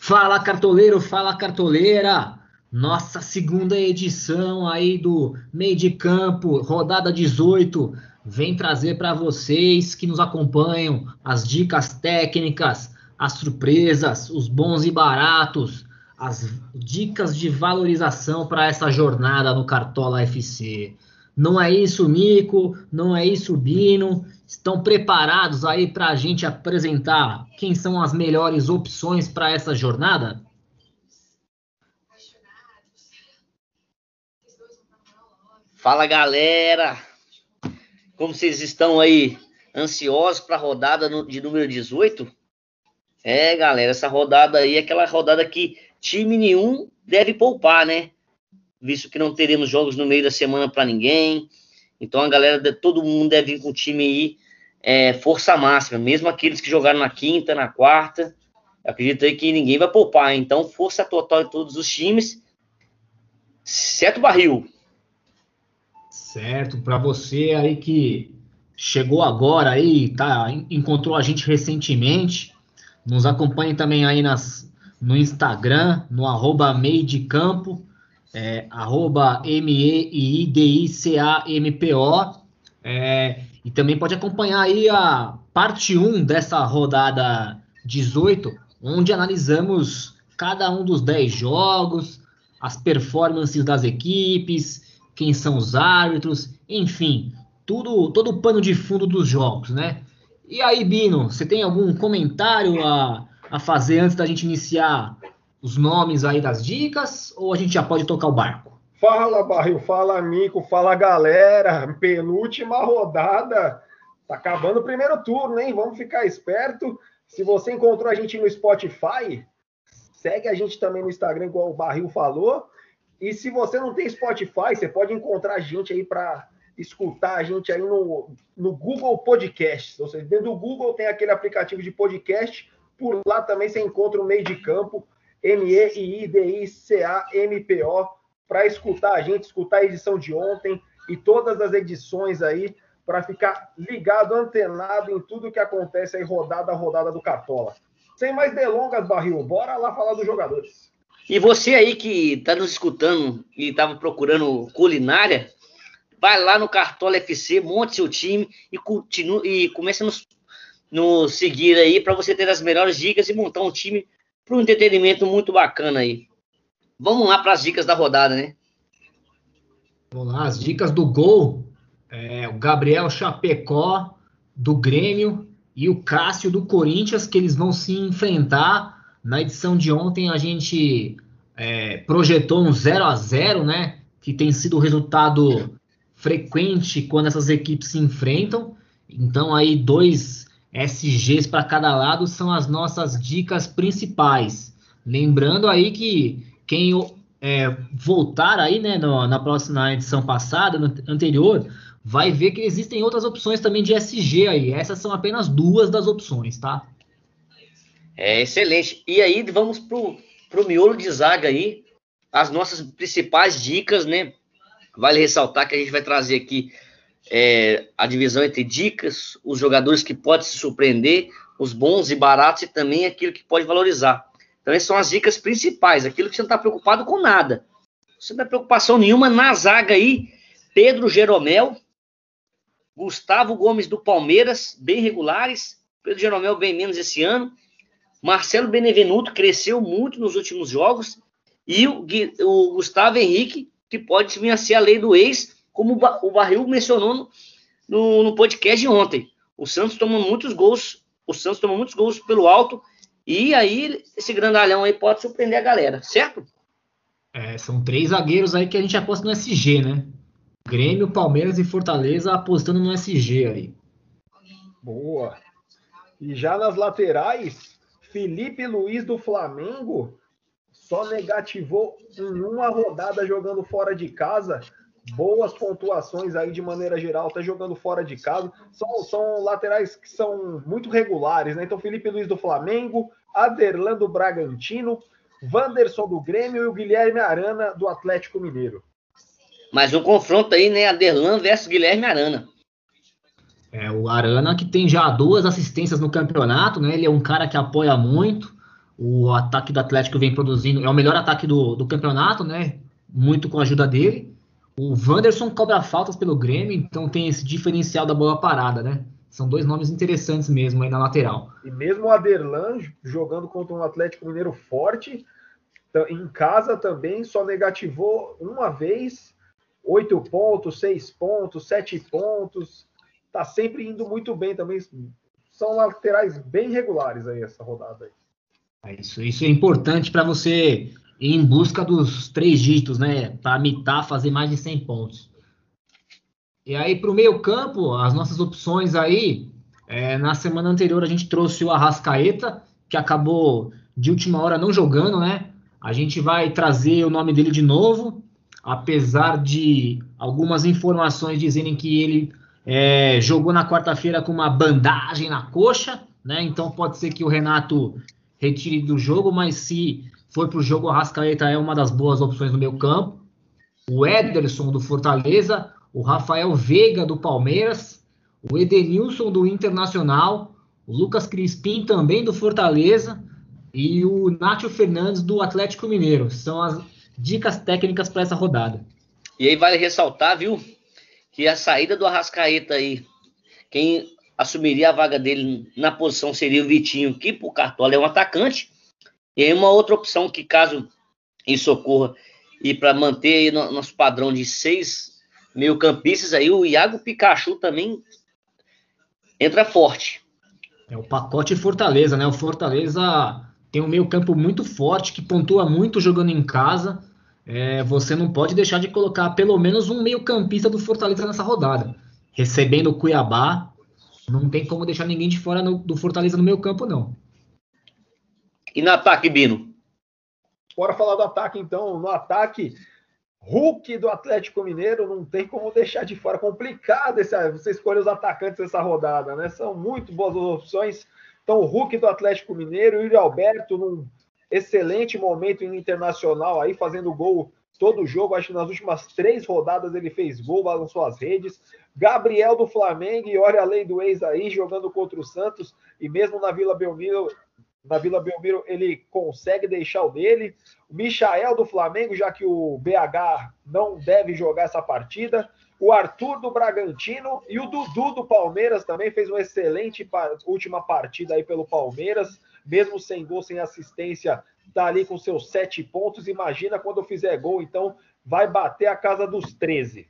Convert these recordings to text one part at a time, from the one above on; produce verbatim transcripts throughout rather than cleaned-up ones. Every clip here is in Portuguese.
Fala cartoleiro, fala cartoleira! Nossa segunda edição aí do Meio de Campo, rodada dezoito, vem trazer para vocês que nos acompanham as dicas técnicas, as surpresas, os bons e baratos, as dicas de valorização para essa jornada no Cartola F C. Não é isso, Nico? Não é isso, Bino? Estão preparados aí para a gente apresentar quem são as melhores opções para essa jornada? Fala galera, como vocês estão aí ansiosos para a rodada no- de número dezoito? É galera, essa rodada aí é aquela rodada que time nenhum deve poupar, né? Visto que não teremos jogos no meio da semana para ninguém. Então a galera, de- todo mundo deve vir com o time aí, é, força máxima, mesmo aqueles que jogaram na quinta, na quarta. Eu acredito aí que ninguém vai poupar, então força total em todos os times, certo, Barril? Certo, para você aí que chegou agora aí, tá, en- encontrou a gente recentemente, nos acompanhe também aí nas, no Instagram, no arroba meio de campo, é, arroba M E I D I C A M P O, é, e também pode acompanhar aí a parte um dessa rodada dezoito, onde analisamos cada um dos dez jogos, as performances das equipes, quem são os árbitros, enfim, tudo, todo o pano de fundo dos jogos, né? E aí, Bino, você tem algum comentário a, a fazer antes da gente iniciar os nomes aí das dicas, ou a gente já pode tocar o barco? Fala, Barril, fala, Nico, fala, galera. Penúltima rodada. Tá acabando o primeiro turno, hein? Vamos ficar esperto. Se você encontrou a gente no Spotify, segue a gente também no Instagram, igual o Barril falou. E se você não tem Spotify, você pode encontrar a gente aí para escutar a gente aí no, no Google Podcasts. Ou seja, dentro do Google tem aquele aplicativo de podcast. Por lá também você encontra o Meio de Campo, M E I D I C A M P O, para escutar a gente, escutar a edição de ontem e todas as edições aí, para ficar ligado, antenado em tudo que acontece aí, rodada a rodada do Cartola. Sem mais delongas, Barril, bora lá falar dos jogadores. E você aí que está nos escutando e estava procurando culinária, vai lá no Cartola F C, monte seu time e, continue, e comece a nos, nos seguir aí para você ter as melhores dicas e montar um time para um entretenimento muito bacana aí. Vamos lá para as dicas da rodada, né? Vamos lá, as dicas do gol. É, o Gabriel Chapecó, do Grêmio, e o Cássio, do Corinthians, que eles vão se enfrentar. Na edição de ontem, a gente é, projetou um zero a zero, né? Que tem sido o resultado frequente quando essas equipes se enfrentam. Então, aí, dois S Gs para cada lado são as nossas dicas principais. Lembrando aí que quem é, voltar aí, né, no, na próxima edição passada, no anterior, vai ver que existem outras opções também de S G aí. Essas são apenas duas das opções, tá? É excelente. E aí vamos pro, pro miolo de zaga aí, as nossas principais dicas, né? Vale ressaltar que a gente vai trazer aqui é, a divisão entre dicas, os jogadores que podem se surpreender, os bons e baratos e também aquilo que pode valorizar. Então essas são as dicas principais, aquilo que você não está preocupado com nada. Você não tem preocupação nenhuma na zaga aí, Pedro Jeromel, Gustavo Gomes do Palmeiras, bem regulares, Pedro Jeromel bem menos esse ano, Marcelo Benevenuto cresceu muito nos últimos jogos, e o, o Gustavo Henrique, que pode vir a ser a lei do ex, como o Barril mencionou no, no, no podcast de ontem. O Santos toma muitos gols, o Santos toma muitos gols pelo alto, e aí esse grandalhão aí pode surpreender a galera, certo? É, são três zagueiros aí que a gente aposta no S G, né? Grêmio, Palmeiras e Fortaleza apostando no S G aí. Boa. E já nas laterais, Felipe Luiz do Flamengo só negativou em uma rodada jogando fora de casa. Boas pontuações aí de maneira geral, tá jogando fora de casa. São, são laterais que são muito regulares, né? Então, Felipe Luiz do Flamengo, Aderlan do Bragantino, Wanderson do Grêmio e o Guilherme Arana do Atlético Mineiro. Mais um confronto aí, né? Aderlan versus Guilherme Arana. É, o Arana que tem já duas assistências no campeonato, né? Ele é um cara que apoia muito. O ataque do Atlético vem produzindo, é o melhor ataque do, do campeonato, né? Muito com a ajuda dele. O Wanderson cobra faltas pelo Grêmio, então tem esse diferencial da bola parada, né? São dois nomes interessantes mesmo aí na lateral. E mesmo o Aderlan jogando contra um Atlético Mineiro forte, em casa também só negativou uma vez, oito pontos, seis pontos, sete pontos. Tá sempre indo muito bem também. São laterais bem regulares aí essa rodada aí. É isso, isso é importante para você ir em busca dos três dígitos, né? Para mitar, fazer mais de cem pontos. E aí, para o meio campo, as nossas opções aí, é, na semana anterior a gente trouxe o Arrascaeta, que acabou de última hora não jogando, né? A gente vai trazer o nome dele de novo, apesar de algumas informações dizerem que ele é, jogou na quarta-feira com uma bandagem na coxa, né? Então pode ser que o Renato retire do jogo, mas se for para o jogo, o Arrascaeta é uma das boas opções no meio campo. O Ederson do Fortaleza, o Rafael Veiga do Palmeiras, o Edenilson do Internacional, o Lucas Crispim também do Fortaleza e o Nátio Fernandes do Atlético Mineiro. São as dicas técnicas para essa rodada. E aí vale ressaltar, viu, que a saída do Arrascaeta aí, quem assumiria a vaga dele na posição seria o Vitinho, que por Cartola é um atacante. E aí uma outra opção que, caso isso ocorra, e para manter aí no, nosso padrão de seis meio-campistas, aí o Iago Pikachu também entra forte. É o pacote Fortaleza, né? O Fortaleza tem um meio-campo muito forte, que pontua muito jogando em casa. É, você não pode deixar de colocar pelo menos um meio-campista do Fortaleza nessa rodada. Recebendo o Cuiabá, não tem como deixar ninguém de fora no, do Fortaleza no meio-campo, não. E no ataque, Bino? Bora falar do ataque, então. No ataque, Hulk do Atlético Mineiro, não tem como deixar de fora. Complicado esse, você escolher os atacantes dessa rodada, né? São muito boas opções. Então, o Hulk do Atlético Mineiro, o Yuri Alberto, num excelente momento no Internacional, aí fazendo gol todo o jogo. Acho que nas últimas três rodadas ele fez gol, balançou as redes. Gabriel do Flamengo, e olha a lei do ex aí, jogando contra o Santos, e mesmo na Vila Belmiro, na Vila Belmiro ele consegue deixar o dele. O Michael do Flamengo, já que o B H não deve jogar essa partida. O Arthur do Bragantino e o Dudu do Palmeiras também fez uma excelente última partida aí pelo Palmeiras, mesmo sem gol, sem assistência, tá ali com seus sete pontos. Imagina quando fizer gol, então vai bater a casa dos treze.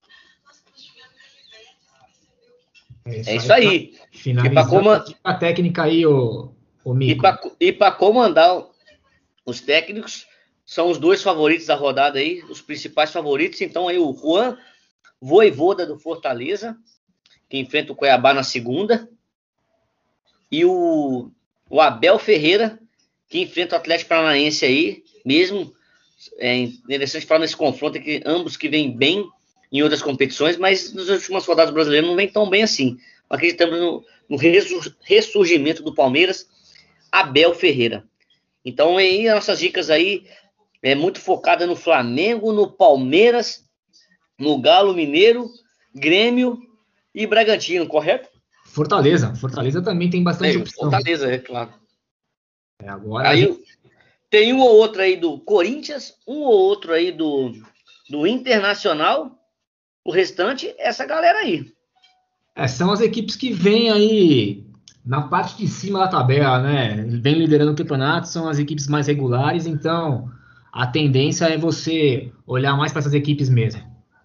É isso aí. Finalizando a técnica aí, o, o Mico. E para comandar os técnicos, são os dois favoritos da rodada aí, os principais favoritos. Então aí o Juan Voivoda do Fortaleza, que enfrenta o Cuiabá na segunda. E o, o Abel Ferreira, que enfrenta o Atlético Paranaense aí, mesmo. É interessante falar nesse confronto que ambos que vêm bem em outras competições, mas nas últimas rodadas brasileiras não vem tão bem assim. Acreditamos no, no ressurgimento do Palmeiras, Abel Ferreira. Então aí as nossas dicas aí é muito focada no Flamengo, no Palmeiras, no Galo Mineiro, Grêmio e Bragantino, correto? Fortaleza. Fortaleza também tem bastante é, opção. Fortaleza, é claro. É, agora aí gente... tem um ou outro aí do Corinthians, um ou outro aí do, do Internacional. O restante, essa galera aí. É, são as equipes que vêm aí na parte de cima da tabela, né? Vem liderando o campeonato, são as equipes mais regulares, então a tendência é você olhar mais para essas equipes mesmo.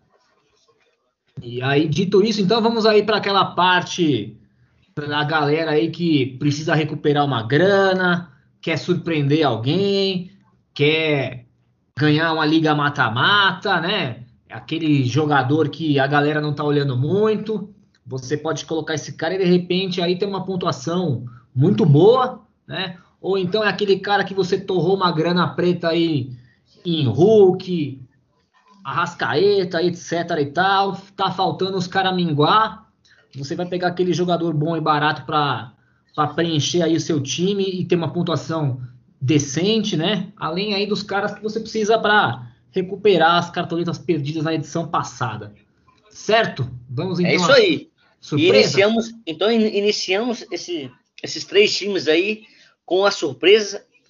E aí, dito isso, então vamos aí para aquela parte da galera aí que precisa recuperar uma grana, quer surpreender alguém, quer ganhar uma liga mata-mata, né? Aquele jogador que a galera não tá olhando muito, você pode colocar esse cara e de repente aí tem uma pontuação muito boa, né? Ou então é aquele cara que você torrou uma grana preta aí em Hulk, Arrascaeta, etc e tal, tá faltando os caras minguar, você vai pegar aquele jogador bom e barato para preencher aí o seu time e ter uma pontuação decente, né? Além aí dos caras que você precisa para recuperar as cartoletas perdidas na edição passada. Certo? Vamos então. É isso aí. Surpresa? E iniciamos, então iniciamos esse, esses três times aí com a surpresa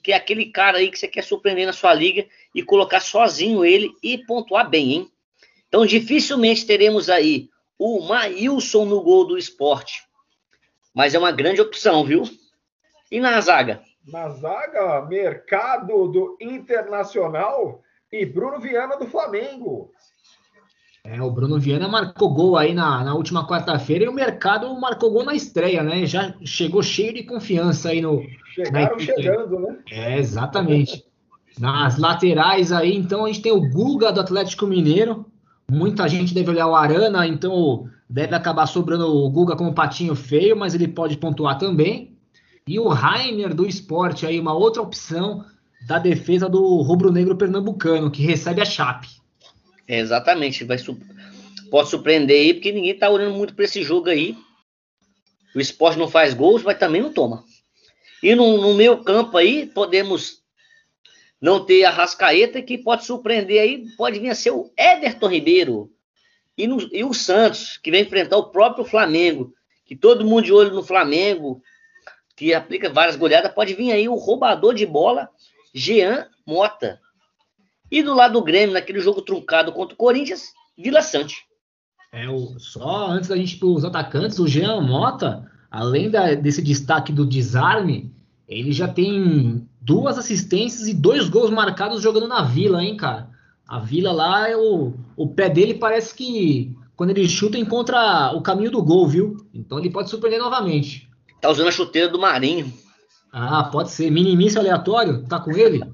que é aquele cara aí que você quer surpreender na sua liga e colocar sozinho ele e pontuar bem, hein? Então, dificilmente teremos aí o Maílson no gol do Sport. Mas é uma grande opção, viu? E na zaga? Na zaga, Mercado do Internacional e Bruno Viana do Flamengo. É, o Bruno Viana marcou gol aí na, na última quarta-feira e o Mercado marcou gol na estreia, né? Já chegou cheio de confiança aí no. Chegaram chegando, né? É, exatamente. Nas laterais aí, então, a gente tem o Guga do Atlético Mineiro. Muita gente deve olhar o Arana, então deve acabar sobrando o Guga como patinho feio, mas ele pode pontuar também. E o Rainer do Sport aí, uma outra opção da defesa do rubro-negro pernambucano, que recebe a Chape. É, exatamente, vai su- pode surpreender aí, porque ninguém tá olhando muito para esse jogo aí. O Sport não faz gols, mas também não toma. E no, no meio campo aí, podemos não ter a Rascaeta, que pode surpreender aí, pode vir a ser o Everton Ribeiro. E, no, e o Santos, que vai enfrentar o próprio Flamengo, que todo mundo de olho no Flamengo, que aplica várias goleadas, pode vir aí o roubador de bola, Jean Mota. E do lado do Grêmio, naquele jogo truncado contra o Corinthians, Vila Sante. É, o, só antes da gente ir para os atacantes, o Jean Mota, além da, desse destaque do desarme, ele já tem duas assistências e dois gols marcados jogando na Vila, hein, cara? A Vila lá, é o, o pé dele parece que quando ele chuta encontra o caminho do gol, viu? Então ele pode surpreender novamente. Tá usando a chuteira do Marinho. Ah, pode ser. Minimício aleatório? Tá com ele?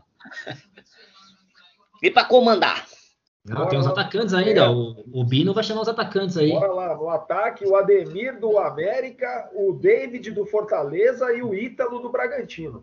E para comandar? Não, Bora tem os lá. atacantes ainda. É. O, o Bino vai chamar os atacantes aí. Bora lá, no ataque, o Ademir do América, o David do Fortaleza e o Ítalo do Bragantino.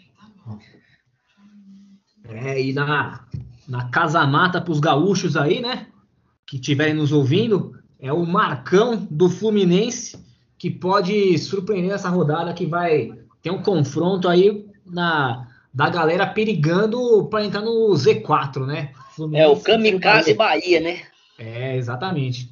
É, e na, na casa mata pros gaúchos aí, né? Que estiverem nos ouvindo, é o Marcão do Fluminense, que pode surpreender essa rodada, que vai ter um confronto aí na, da galera perigando para entrar no Z quatro, né? É o Kamikaze Bahia, né? É, exatamente.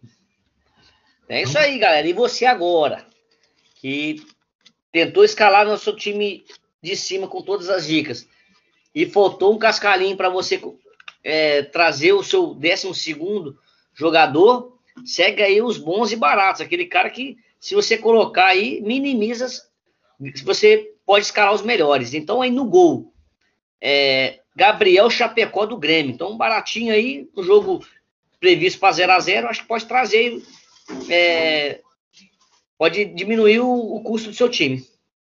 É isso aí, galera. E você agora, que tentou escalar no seu time de cima com todas as dicas e faltou um cascalinho para você é, trazer o seu décimo segundo jogador, segue aí os bons e baratos. Aquele cara que, se você colocar aí, minimiza, você pode escalar os melhores. Então, aí no gol, é, Gabriel Chapecó do Grêmio. Então, baratinho aí, o jogo previsto para zero a zero, acho que pode trazer, é, pode diminuir o, o custo do seu time.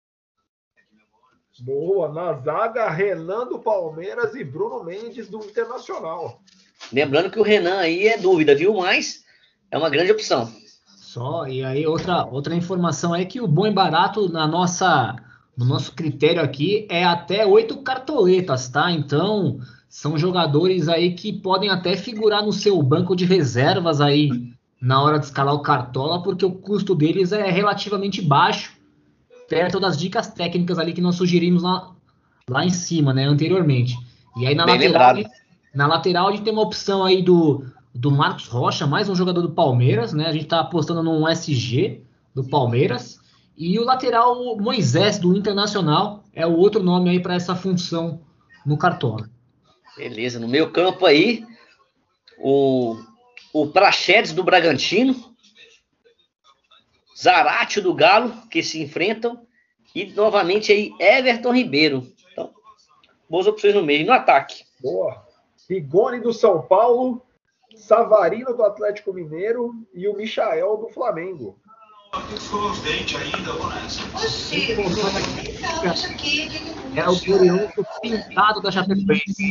Boa, na zaga, Renan do Palmeiras e Bruno Mendes do Internacional. Lembrando que o Renan aí é dúvida, viu? Mas é uma grande opção. Só, e aí outra, outra informação é que o bom e barato na nossa, no nosso critério aqui é até oito cartoletas, tá? Então, são jogadores aí que podem até figurar no seu banco de reservas aí na hora de escalar o Cartola, porque o custo deles é relativamente baixo, perto das dicas técnicas ali que nós sugerimos lá, lá em cima, né, anteriormente. E aí na Bem lateral, lembrado. na lateral a gente tem uma opção aí do, do Marcos Rocha, mais um jogador do Palmeiras, né? A gente tá apostando num S G do Palmeiras. E o lateral Moisés do Internacional é o outro nome aí para essa função no Cartola. Beleza, no meio campo aí, o, o Praxedes do Bragantino, Zarate do Galo, que se enfrentam, e novamente aí Everton Ribeiro. Então, boas opções no meio. E no ataque? Boa. Rigoni do São Paulo, Savarino do Atlético Mineiro e o Michael do Flamengo. É o glorioso pintado da Chapecoense.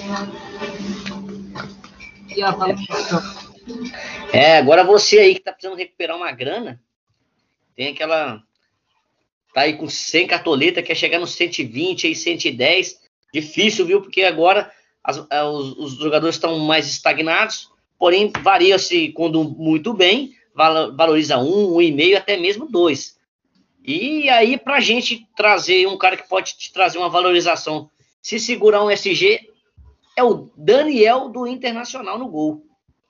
E a valorização. É, agora você aí que tá precisando recuperar uma grana, tem aquela... Tá aí com cem cartoleta, quer chegar nos cento e vinte, aí cento e dez. Difícil, viu? Porque agora as, os, os jogadores estão mais estagnados, porém varia-se quando muito bem, valoriza um, um e meio, até mesmo dois. E aí, pra gente trazer um cara que pode te trazer uma valorização, se segurar um S G, é o Daniel do Internacional no gol.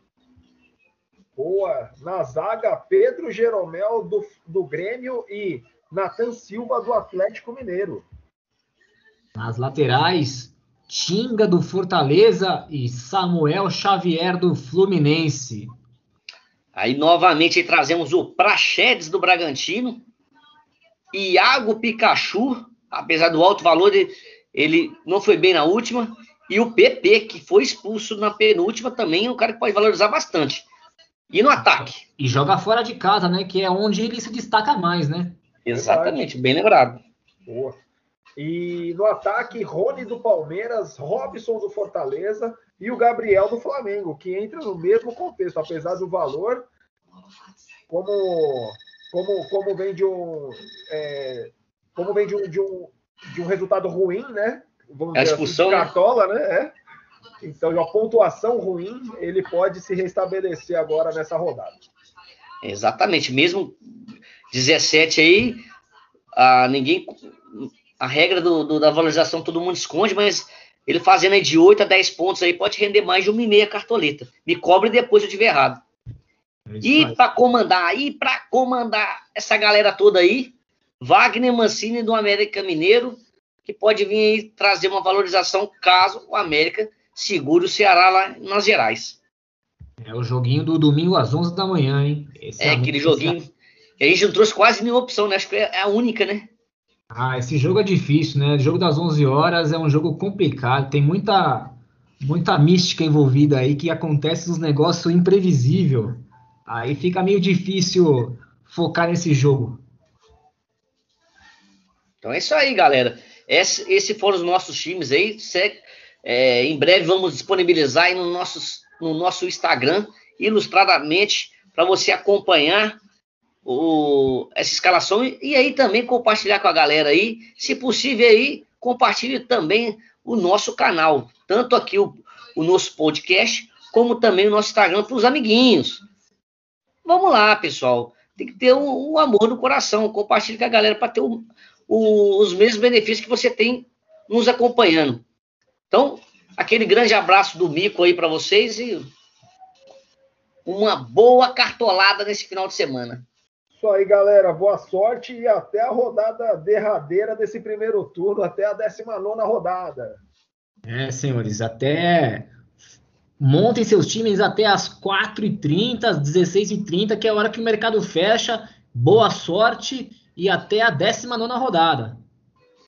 Boa. Na zaga, Pedro Jeromel do, do Grêmio e Nathan Silva do Atlético Mineiro. Nas laterais, Tinga do Fortaleza e Samuel Xavier do Fluminense. Aí, novamente, aí trazemos o Praxedes do Bragantino. Iago Pikachu, apesar do alto valor, ele, ele não foi bem na última. E o P P, que foi expulso na penúltima, também é um cara que pode valorizar bastante. E no ataque? E joga fora de casa, né? Que é onde ele se destaca mais, né? Exatamente, bem lembrado. Boa. E no ataque, Rony do Palmeiras, Robson do Fortaleza e o Gabriel do Flamengo, que entra no mesmo contexto, apesar do valor, como, como, como vem de um, é, como vem de um, de, um, de um resultado ruim, né? Vamos a dizer expulsão, assim, de cartola, né? É. Então, uma pontuação ruim, ele pode se restabelecer agora nessa rodada. Exatamente, mesmo dezessete aí, a, ninguém, a regra do, do, da valorização todo mundo esconde, mas ele fazendo aí de oito a dez pontos aí pode render mais de uma e meia cartoleta. Me cobre depois se eu tiver errado. É e para comandar, e para comandar essa galera toda aí, Wagner Mancini do América Mineiro, que pode vir aí trazer uma valorização caso o América segure o Ceará lá nas Gerais. É o joguinho do domingo às onze da manhã, hein? Esse é, aquele joguinho que a gente não trouxe quase nenhuma opção, né? Acho que é a única, né? Ah, esse jogo é difícil, né? O jogo das onze horas é um jogo complicado, tem muita, muita mística envolvida aí, que acontece uns negócios imprevisíveis. Aí fica meio difícil focar nesse jogo. Então é isso aí, galera. Esse, esse foram os nossos times aí. É, em breve vamos disponibilizar aí no, nossos, no nosso Instagram, ilustradamente, para você acompanhar o, essa escalação e, e aí também compartilhar com a galera aí. Se possível aí, compartilhe também o nosso canal. Tanto aqui o, o nosso podcast, como também o nosso Instagram para os amiguinhos. Vamos lá, pessoal. Tem que ter um, um amor no coração. Compartilhe com a galera para ter o, o, os mesmos benefícios que você tem nos acompanhando. Então, aquele grande abraço do Mico aí para vocês e uma boa cartolada nesse final de semana. Isso aí, galera. Boa sorte e até a rodada derradeira desse primeiro turno, até a décima nona rodada. É, senhores, até... Montem seus times até às quatro e trinta, às dezesseis e trinta, que é a hora que o mercado fecha. Boa sorte e até a décima nona rodada.